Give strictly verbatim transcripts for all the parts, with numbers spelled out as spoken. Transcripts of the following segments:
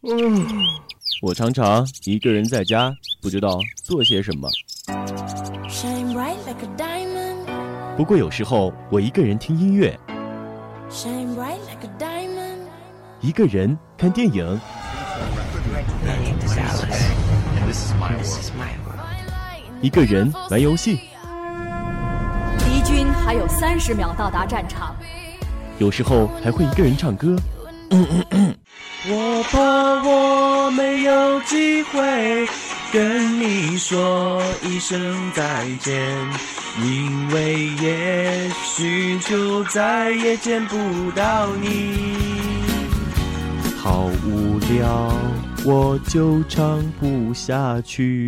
嗯，我常常一个人在家，不知道做些什么。不过有时候我一个人听音乐，一个人看电影，一个人玩游戏。 敌军还有三十秒到达战场。 有时候还会一个人唱歌。嗯嗯嗯， 我怕我没有机会跟你说一声再见，因为也许就再也见不到你。 好无聊，我就唱不下去。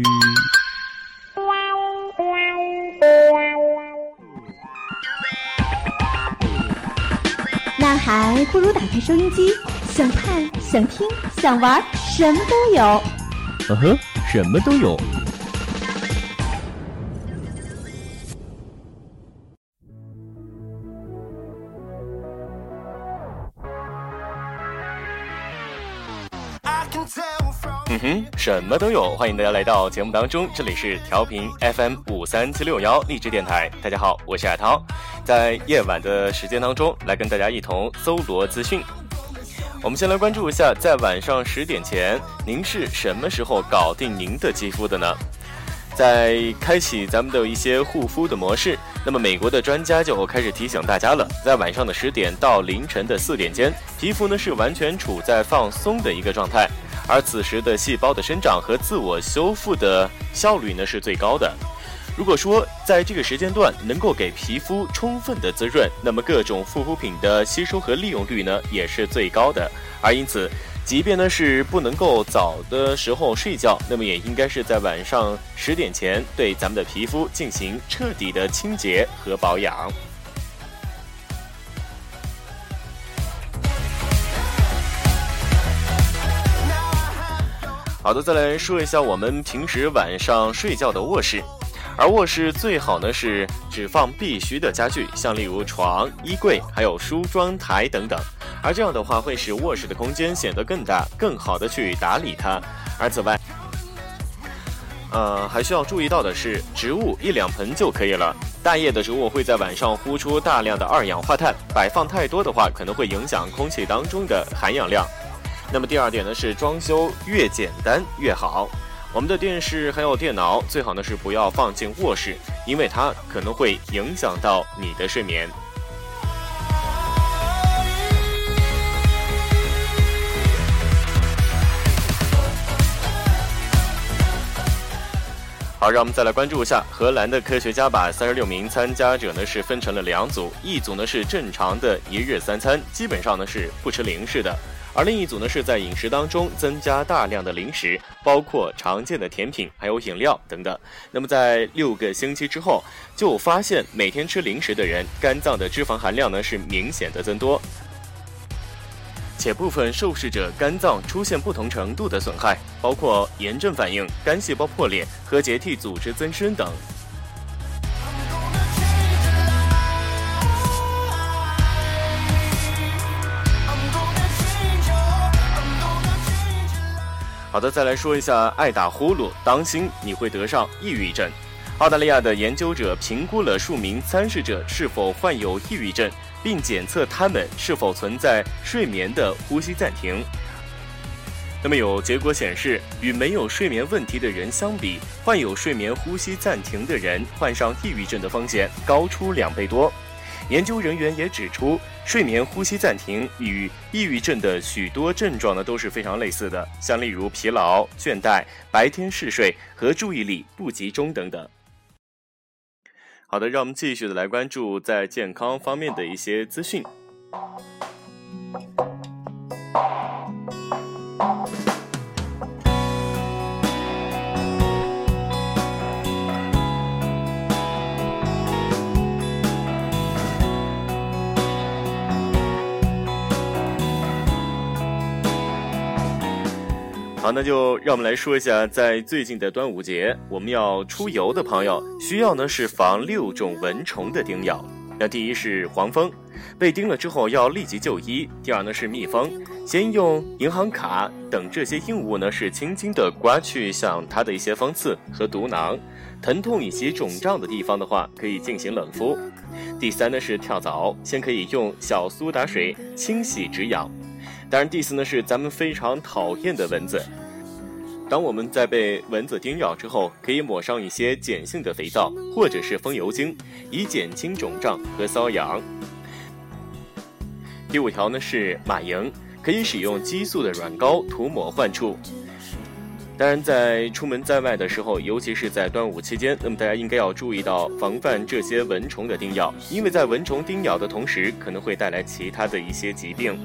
那还不如打开收音机，想看想听想玩，什么都有。 嗯哼，什么都有。 嗯哼，什么都有，欢迎大家来到节目当中，这里是调频 F M 五三七六幺励志电台。大家好，我是海涛，在夜晚的时间当中来跟大家一同搜罗资讯。我们先来关注一下，在晚上十点前，您是什么时候搞定您的肌肤的呢？在开启咱们的一些护肤的模式，那么美国的专家就开始提醒大家了，在晚上的十点到凌晨的四点间，皮肤呢是完全处在放松的一个状态，而此时的细胞的生长和自我修复的效率呢是最高的。如果说在这个时间段能够给皮肤充分的滋润，那么各种护肤品的吸收和利用率呢也是最高的。而因此，即便呢是不能够早的时候睡觉，那么也应该是在晚上十点前对咱们的皮肤进行彻底的清洁和保养。好的，再来说一下我们平时晚上睡觉的卧室。而卧室最好呢是只放必须的家具，像例如床、衣柜还有梳妆台等等，而这样的话会使卧室的空间显得更大，更好的去打理它。而此外呃，还需要注意到的是，植物一两盆就可以了。大叶的植物会在晚上呼出大量的二氧化碳，摆放太多的话可能会影响空气当中的含氧量。那么第二点呢是装修越简单越好。我们的电视还有电脑最好呢是不要放进卧室，因为它可能会影响到你的睡眠。好，让我们再来关注一下，荷兰的科学家把三十六名参加者呢是分成了两组，一组呢是正常的一日三餐，基本上呢是不吃零食的。而另一组呢是在饮食当中增加大量的零食，包括常见的甜品还有饮料等等。那么在六个星期之后，就发现每天吃零食的人肝脏的脂肪含量呢是明显的增多，且部分受试者肝脏出现不同程度的损害，包括炎症反应、肝细胞破裂和结缔组织增生等。好的，再来说一下爱打呼噜，当心你会得上抑郁症。澳大利亚的研究者评估了数名参试者是否患有抑郁症，并检测他们是否存在睡眠的呼吸暂停。那么有结果显示，与没有睡眠问题的人相比，患有睡眠呼吸暂停的人患上抑郁症的风险高出两倍多。研究人员也指出，睡眠呼吸暂停与抑郁症的许多症状呢都是非常类似的，像例如疲劳、倦怠、白天嗜睡和注意力不集中等等。好的，让我们继续的来关注在健康方面的一些资讯。好，那就让我们来说一下，在最近的端午节，我们要出游的朋友需要呢是防六种蚊虫的叮咬。那第一是黄蜂， 被叮了之后要立即就医。第二呢是蜜蜂，先用银行卡等这些硬物呢是轻轻地刮去像它的一些锋刺和毒囊，疼痛以及肿胀的地方的话可以进行冷敷。第三呢是跳蚤，先可以用小苏打水清洗止痒。当然第四呢是咱们非常讨厌的蚊子，当我们在被蚊子叮咬之后，可以抹上一些碱性的肥皂或者是风油精，以减轻肿胀和瘙痒。第五条呢是马蝇，可以使用激素的软膏涂抹患处。当然在出门在外的时候，尤其是在端午期间，那么大家应该要注意到防范这些蚊虫的叮咬，因为在蚊虫叮咬的同时可能会带来其他的一些疾病。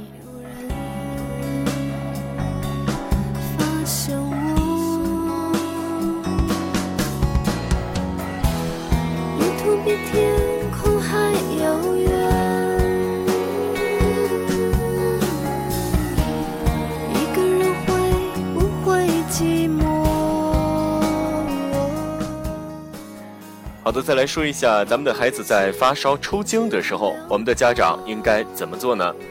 好的，再来说一下咱们的孩子在发烧抽筋的时候，我们的家长应该怎么做呢？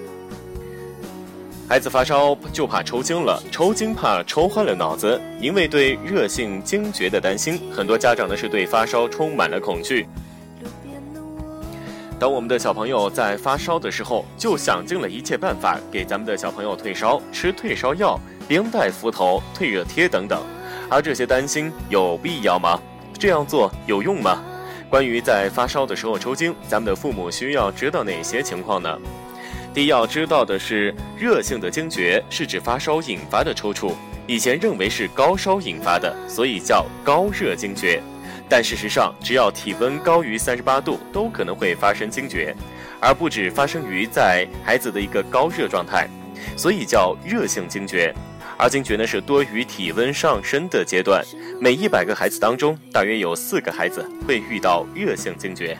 孩子发烧就怕抽筋了，抽筋怕抽坏了脑子，因为对热性惊厥的担心，很多家长呢是对发烧充满了恐惧。当我们的小朋友在发烧的时候，就想尽了一切办法给咱们的小朋友退烧，吃退烧药、冰袋、敷头、退热贴等等，而这些担心有必要吗？这样做有用吗？关于在发烧的时候抽筋，咱们的父母需要知道哪些情况呢？第一要知道的是，热性的惊厥是指发烧引发的抽搐，以前认为是高烧引发的，所以叫高热惊厥。但事实上，只要体温高于三十八度，都可能会发生惊厥，而不只发生于在孩子的一个高热状态，所以叫热性惊厥。而惊厥呢是多于体温上升的阶段，每一百个孩子当中，大约有四个孩子会遇到热性惊厥。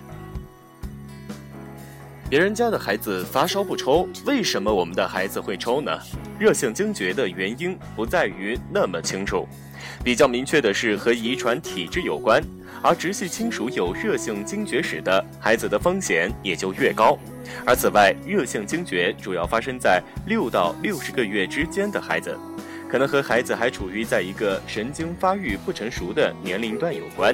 别人家的孩子发烧不抽，为什么我们的孩子会抽呢？热性惊厥的原因不在于那么清楚，比较明确的是和遗传体质有关，而直系亲属有热性惊厥史的孩子的风险也就越高。而此外，热性惊厥主要发生在六到六十个月之间的孩子，可能和孩子还处于在一个神经发育不成熟的年龄段有关。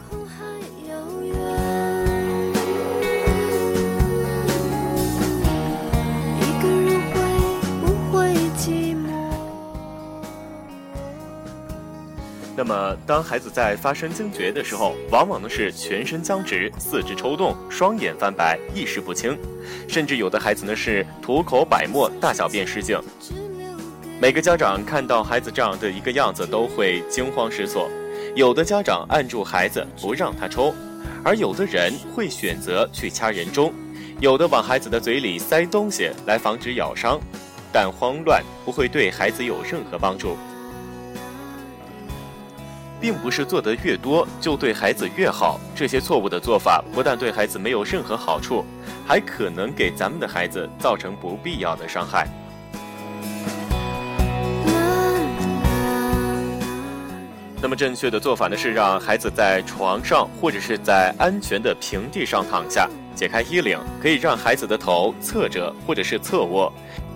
那么当孩子在发生惊厥的时候，往往呢是全身僵直、四肢抽动、双眼泛白、意识不清，甚至有的孩子呢是吐口白沫、大小便失禁。每个家长看到孩子这样的一个样子都会惊慌失措，有的家长按住孩子不让他抽，而有的人会选择去掐人中，有的往孩子的嘴里塞东西来防止咬伤，但慌乱不会对孩子有任何帮助。并不是做得越多就对孩子越好，这些错误的做法不但对孩子没有任何好处，还可能给咱们的孩子造成不必要的伤害。那么正确的做法呢，是让孩子在床上或者是在安全的平地上躺下，解开衣领，可以让孩子的头侧着或者是侧卧，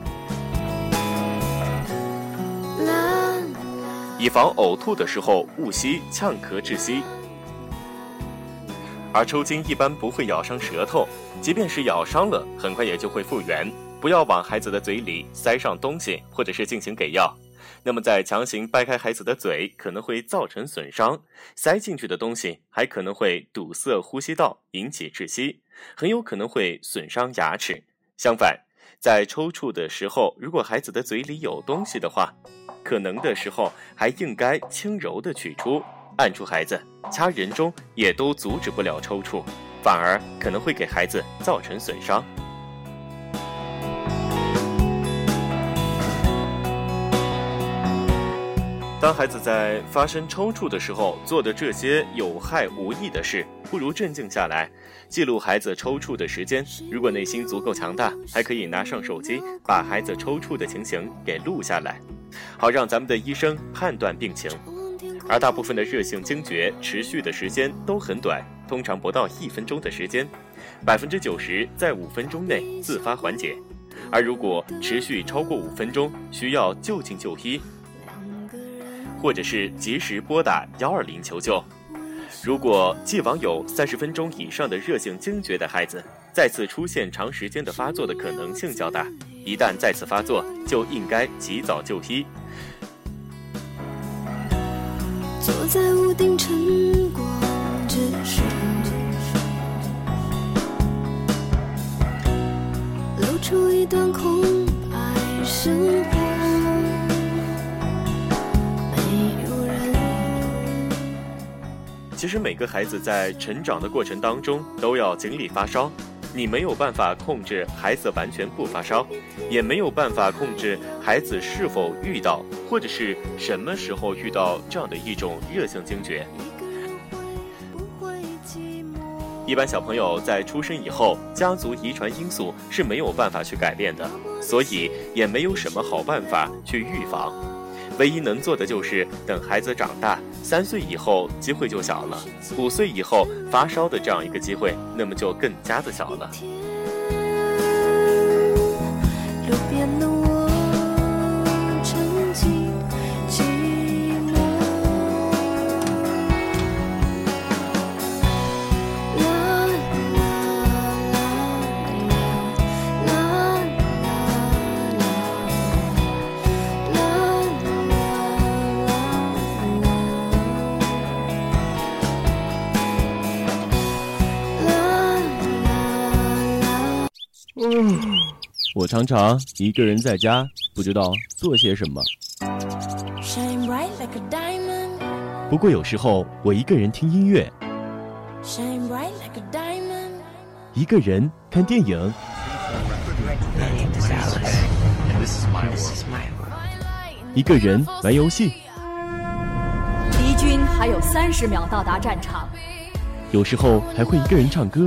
以防呕吐的时候误吸呛咳窒息。而抽筋一般不会咬伤舌头，即便是咬伤了，很快也就会复原。不要往孩子的嘴里塞上东西，或者是进行给药。那么在强行掰开孩子的嘴，可能会造成损伤，塞进去的东西还可能会堵塞呼吸道，引起窒息，很有可能会损伤牙齿。相反，在抽搐的时候，如果孩子的嘴里有东西的话，可能的时候还应该轻柔地取出，按住孩子，掐人中也都阻止不了抽搐，反而可能会给孩子造成损伤。当孩子在发生抽搐的时候做的这些有害无益的事，不如镇静下来，记录孩子抽搐的时间。如果内心足够强大，还可以拿上手机，把孩子抽搐的情形给录下来，好让咱们的医生判断病情。而大部分的热性惊厥持续的时间都很短， 通常不到一分钟的时间，百分之九十在五分钟内自发缓解，而如果持续超过五分钟，需要就近就医，或者是及时拨打一二零求救。如果既往有三十分钟以上的热性惊厥的孩子，再次出现长时间的发作的可能性较大，一旦再次发作，就应该及早就医。 坐在屋顶晨光之上，露出一段空白生活，没有人。 其实每个孩子在成长的过程当中都要经历发烧，你没有办法控制孩子完全不发烧，也没有办法控制孩子是否遇到或者是什么时候遇到这样的一种热性惊厥。一般小朋友在出生以后，家族遗传因素是没有办法去改变的，所以也没有什么好办法去预防。唯一能做的就是等孩子长大，三岁以后机会就小了，五岁以后发烧的这样一个机会，那么就更加的小了。 路边的我沉寂寂寞，啦啦啦啦啦啦嗯，我常常一个人在家，不知道做些什么。 Shine bright like a diamond. 不过有时候我一个人听音乐， Shine bright like a diamond. 一个人看电影，一个人玩游戏， 敌军还有三十秒到达战场。 有时候还会一个人唱歌。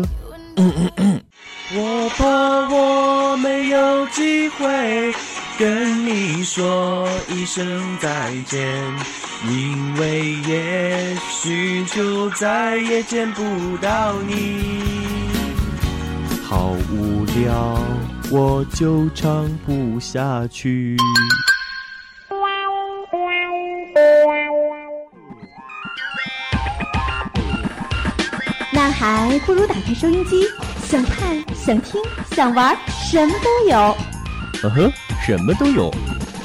我怕我没有机会跟你说一声再见，因为也许就再也见不到你。 好无聊，我就唱不下去。 那还不如打开收音机，想看想听想玩什么都有。 嗯哼，什么都有。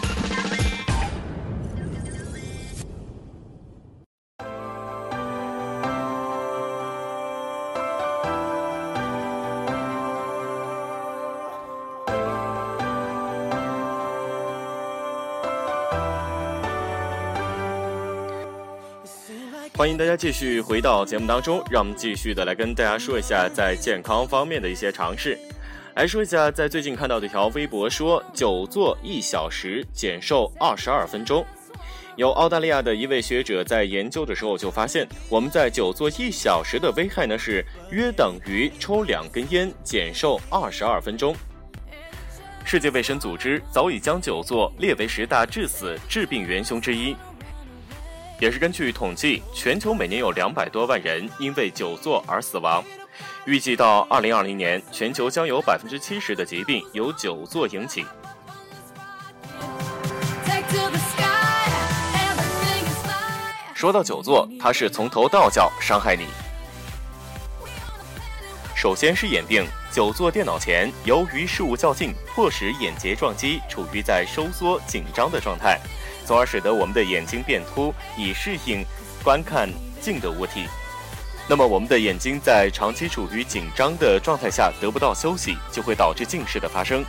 欢迎大家继续回到节目当中，让我们继续的来跟大家说一下在健康方面的一些常识。来说一下，在最近看到的一条微博说，久坐一小时减瘦二十二分钟。有澳大利亚的一位学者在研究的时候就发现，我们在久坐一小时的危害呢是约等于抽两根烟减瘦二十二分钟。世界卫生组织早已将久坐列为十大致死致病元凶之一。也是根据统计，全球每年有两百多万人因为久坐而死亡。预计到二零二零年，全球将有百分之七十的疾病由久坐引起。说到久坐，它是从头到脚伤害你。首先是眼病，久坐电脑前，由于事物较近，迫使眼睫状肌处于在收缩紧张的状态，从而使得我们的眼睛变凸，以适应观看近的物体。那么我们的眼睛在长期处于紧张的状态下得不到休息，就会导致近视的发生。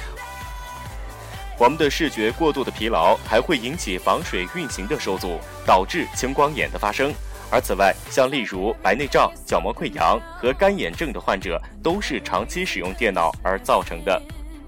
我们的视觉过度的疲劳还会引起房水运行的受阻，导致青光眼的发生。而此外，像例如白内障、角膜溃疡和干眼症的患者，都是长期使用电脑而造成的。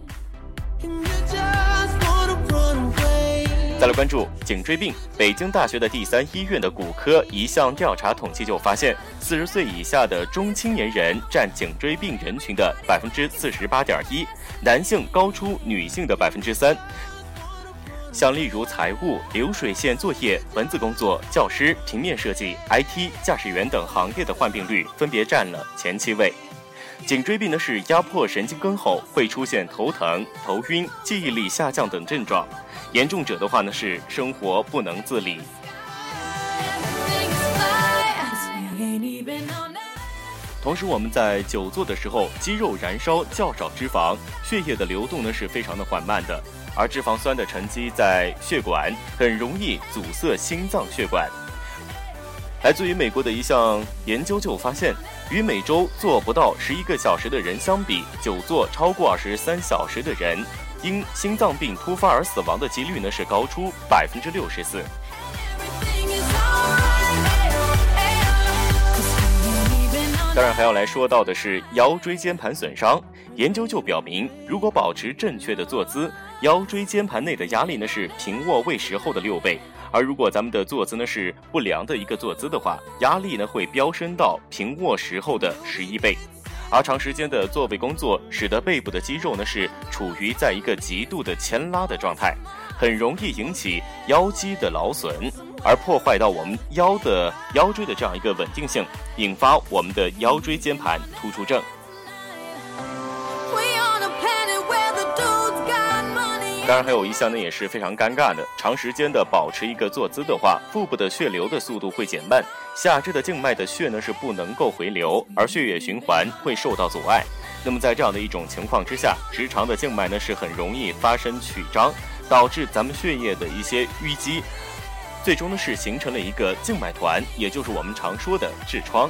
再来关注颈椎病，北京大学的第三医院的骨科一项调查统计就发现，四十岁以下的中青年人占颈椎病人群的百分之四十八点一，男性高出女性的百分之三。 像例如财务、流水线作业、文字工作、教师、平面设计、I T、驾驶员等行业的患病率分别占了前七位。颈椎病呢是压迫神经根后，会出现头疼、头晕、记忆力下降等症状，严重者的话呢是生活不能自理。同时我们在久坐的时候，肌肉燃烧较少脂肪，血液的流动呢是非常的缓慢的，而脂肪酸的沉积在血管，很容易阻塞心脏血管。来自于美国的一项研究就发现，与每周坐不到十一个小时的人相比，久坐超过二十三小时的人，因心脏病突发而死亡的几率呢是高出百分之六十四。当然还要来说到的是腰椎间盘损伤。研究就表明，如果保持正确的坐姿，腰椎间盘内的压力呢是平卧位时候的六倍，而如果咱们的坐姿呢是不良的一个坐姿的话，压力呢会飙升到平卧时候的十一倍。而长时间的坐位工作使得背部的肌肉呢是处于在一个极度的牵拉的状态，很容易引起腰肌的劳损，而破坏到我们腰的腰椎的这样一个稳定性，引发我们的腰椎间盘突出症。当然还有一项呢也是非常尴尬的，长时间的保持一个坐姿的话，腹部的血流的速度会减慢，下肢的静脉的血呢是不能够回流，而血液循环会受到阻碍。那么在这样的一种情况之下，直肠的静脉呢是很容易发生曲张，导致咱们血液的一些淤积，最终呢是形成了一个静脉团，也就是我们常说的痔疮。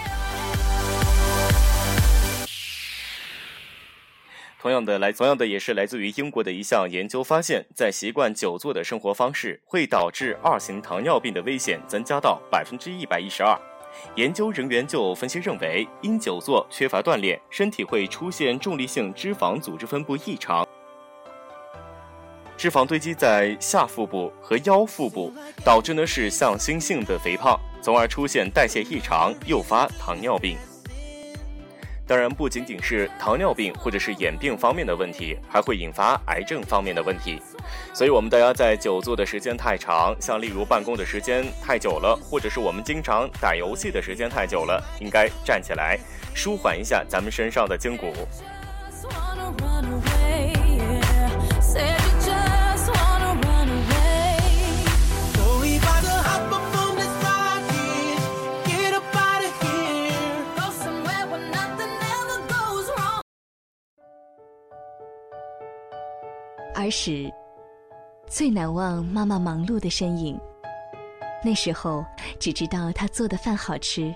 同样的来，同样的也是来自于英国的一项研究发现，在习惯久坐的生活方式会导致二型糖尿病的危险增加到百分之一百一十二。研究人员就分析认为，因久坐缺乏锻炼，身体会出现重力性脂肪组织分布异常，脂肪堆积在下腹部和腰腹部，导致呢是向心性的肥胖，从而出现代谢异常，诱发糖尿病。当然不仅仅是糖尿病或者是眼病方面的问题，还会引发癌症方面的问题。所以我们大家在久坐的时间太长，像例如办公的时间太久了，或者是我们经常打游戏的时间太久了，应该站起来舒缓一下咱们身上的筋骨。 儿时最难忘妈妈忙碌的身影，那时候只知道她做的饭好吃。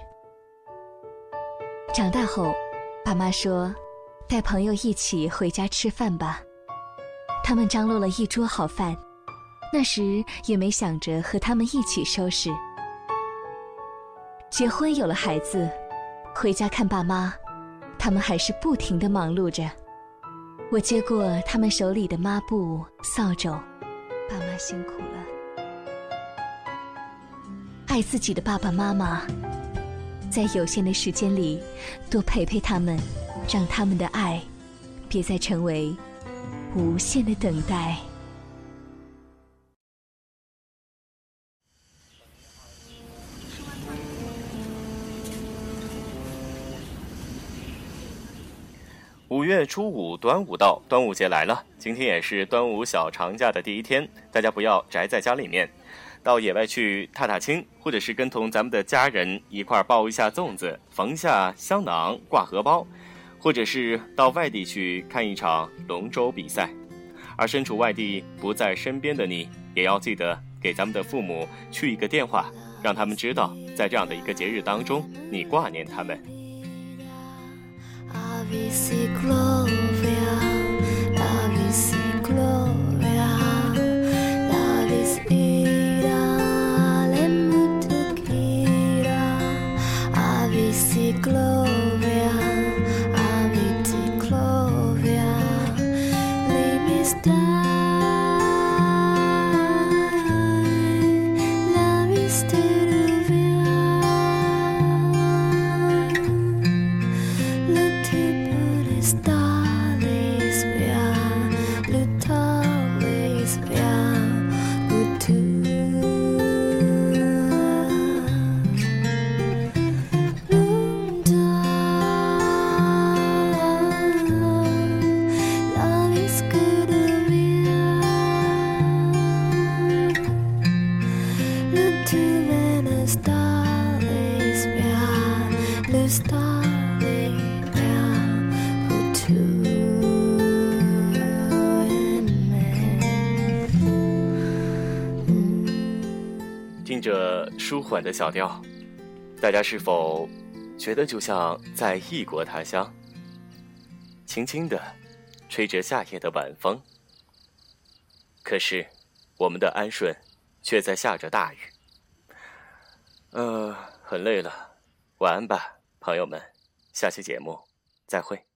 长大后，爸妈说带朋友一起回家吃饭吧，他们张罗了一桌好饭，那时也没想着和他们一起收拾。结婚有了孩子，回家看爸妈，他们还是不停地忙碌着。我接过他们手里的抹布、扫帚，爸妈辛苦了。爱自己的爸爸妈妈，在有限的时间里，多陪陪他们，让他们的爱别再成为无限的等待。 五月初五，端午到，端午节来了。今天也是端午小长假的第一天，大家不要宅在家里面，到野外去踏踏青，或者是跟同咱们的家人一块包一下粽子，缝下香囊，挂荷包，或者是到外地去看一场龙舟比赛。而身处外地不在身边的你，也要记得给咱们的父母去一个电话，让他们知道在这样的一个节日当中，你挂念他们。 Avisi Gloria, Avisi Gloria, Lavis ira, lemutukira, Avisi Gloria, Aviti Gloria, Libis dai, Lavis teruvia, Star starting now for two and me。 听着舒缓的小调，大家是否觉得就像在异国他乡，轻轻地吹着夏夜的晚风？可是我们的安顺却在下着大雨。呃，很累了，晚安吧，朋友们，下期节目再会。